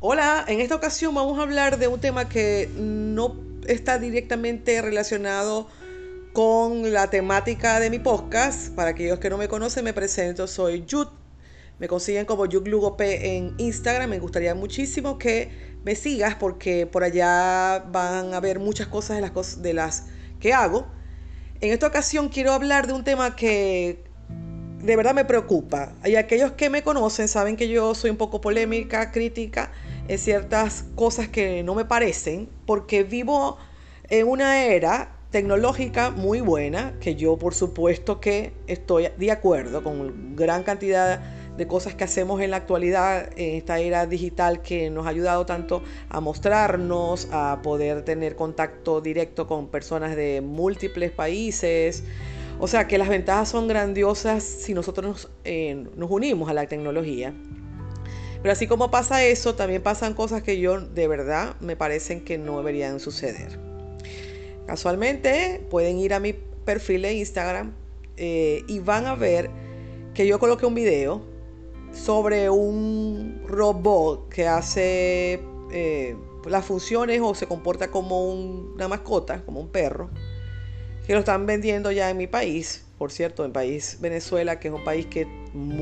Hola, en esta ocasión vamos a hablar de un tema que no está directamente relacionado con la temática de mi podcast. Para aquellos que no me conocen, me presento, soy Yud. Me consiguen como Yud Lugo P en Instagram. Me gustaría muchísimo que me sigas porque por allá van a ver muchas cosas de las que hago. En esta ocasión quiero hablar de un tema que de verdad me preocupa. Y aquellos que me conocen saben que yo soy un poco polémica, crítica en ciertas cosas que no me parecen, porque vivo en una era tecnológica muy buena, que yo por supuesto que estoy de acuerdo con gran cantidad de cosas que hacemos en la actualidad, en esta era digital que nos ha ayudado tanto a mostrarnos, a poder tener contacto directo con personas de múltiples países. O sea que las ventajas son grandiosas si nosotros nos unimos a la tecnología. Pero así como pasa eso, también pasan cosas que yo de verdad me parecen que no deberían suceder. Casualmente pueden ir a mi perfil de Instagram y van a ver que yo coloqué un video sobre un robot que hace las funciones o se comporta como una mascota, como un perro, que lo están vendiendo ya en mi país, por cierto, en el país Venezuela, que es un país que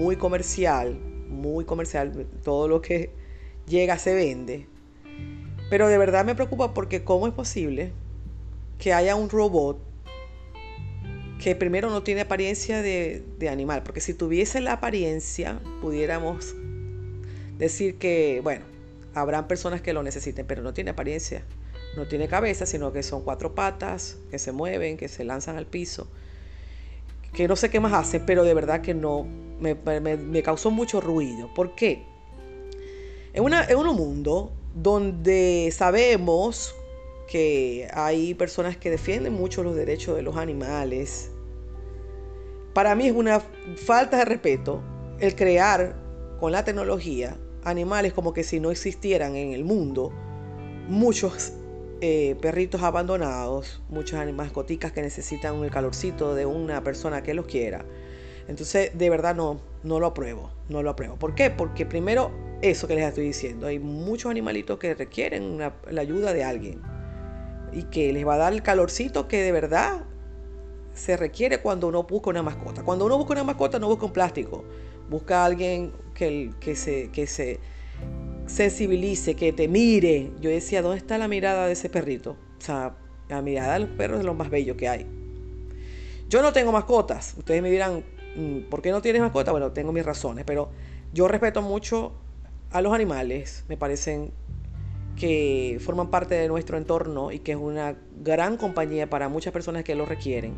muy comercial, todo lo que llega se vende. Pero de verdad me preocupa porque cómo es posible que haya un robot que primero no tiene apariencia de animal, porque si tuviese la apariencia pudiéramos decir que, bueno, habrán personas que lo necesiten, pero no tiene apariencia, no tiene cabeza, sino que son cuatro patas que se mueven, que se lanzan al piso, que no sé qué más hace, pero de verdad que no, me causó mucho ruido. ¿Por qué? En un mundo donde sabemos que hay personas que defienden mucho los derechos de los animales, para mí es una falta de respeto el crear con la tecnología animales como que si no existieran en el mundo, muchos perritos abandonados, muchas mascoticas que necesitan el calorcito de una persona que los quiera. Entonces, de verdad no lo apruebo, no lo apruebo. ¿Por qué? Porque primero, eso que les estoy diciendo, hay muchos animalitos que requieren la ayuda de alguien y que les va a dar el calorcito que de verdad se requiere cuando uno busca una mascota. Cuando uno busca una mascota no busca un plástico, busca a alguien que se sensibilice, que te mire. Yo decía, ¿dónde está la mirada de ese perrito? O sea, la mirada de los perros es lo más bello que hay. Yo no tengo mascotas. Ustedes me dirán, ¿por qué no tienes mascota? Bueno, tengo mis razones, pero yo respeto mucho a los animales. Me parecen que forman parte de nuestro entorno y que es una gran compañía para muchas personas que lo requieren.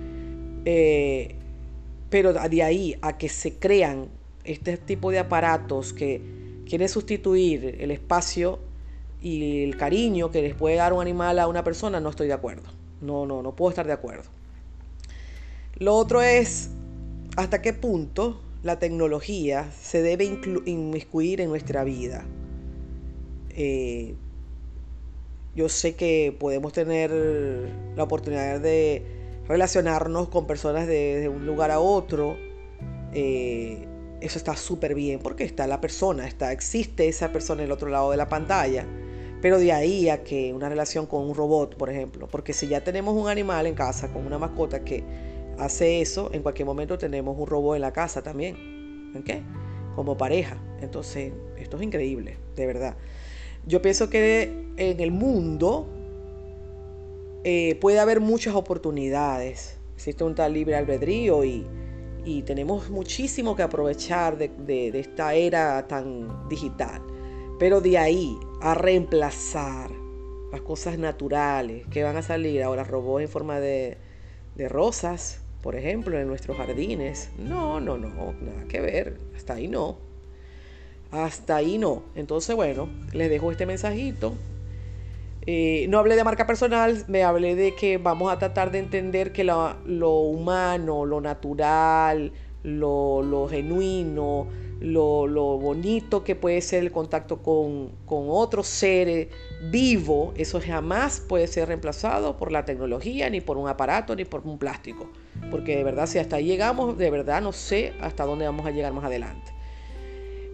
Pero de ahí a que se crean este tipo de aparatos que quieren sustituir el espacio y el cariño que les puede dar un animal a una persona, no estoy de acuerdo. No puedo estar de acuerdo. Lo otro es hasta qué punto la tecnología se debe inmiscuir en nuestra vida. Eh, yo sé que podemos tener la oportunidad de relacionarnos con personas de un lugar a otro. Eso está súper bien porque está la persona, existe esa persona en el otro lado de la pantalla. Pero de ahí a que una relación con un robot, por ejemplo, porque si ya tenemos un animal en casa, con una mascota que hace eso, en cualquier momento tenemos un robot en la casa también, ¿ok? Como pareja. Entonces, esto es increíble, de verdad. Yo pienso que en el mundo puede haber muchas oportunidades. Existe un tal libre albedrío y tenemos muchísimo que aprovechar de esta era tan digital. Pero de ahí a reemplazar las cosas naturales que van a salir ahora, robots en forma de rosas, por ejemplo, en nuestros jardines. No, nada que ver. Hasta ahí no. Hasta ahí no. Entonces, bueno, les dejo este mensajito. No hablé de marca personal, me hablé de que vamos a tratar de entender que lo humano, lo natural, lo genuino, lo bonito que puede ser el contacto con otros seres vivos, eso jamás puede ser reemplazado por la tecnología, ni por un aparato, ni por un plástico. Porque de verdad, si hasta ahí llegamos, de verdad no sé hasta dónde vamos a llegar más adelante.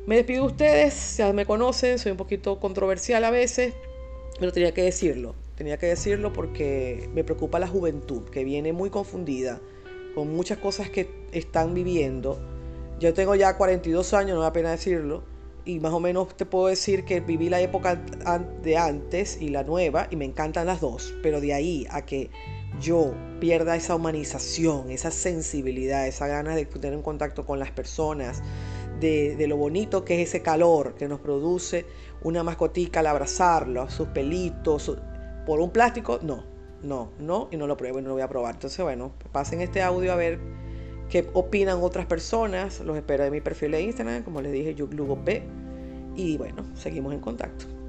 Me despido de ustedes, ya me conocen, soy un poquito controversial a veces, pero tenía que decirlo porque me preocupa la juventud, que viene muy confundida con muchas cosas que están viviendo. Yo tengo ya 42 años, no me da pena decirlo, y más o menos te puedo decir que viví la época de antes y la nueva, y me encantan las dos, pero de ahí a que yo pierda esa humanización, esa sensibilidad, esa ganas de tener un contacto con las personas, de lo bonito que es ese calor que nos produce una mascotica al abrazarlo, sus pelitos, por un plástico, no, y no lo pruebo y no lo voy a probar. Entonces, bueno, pasen este audio a ver qué opinan otras personas. Los espero en mi perfil de Instagram, como les dije, YugLugoP. Y bueno, seguimos en contacto.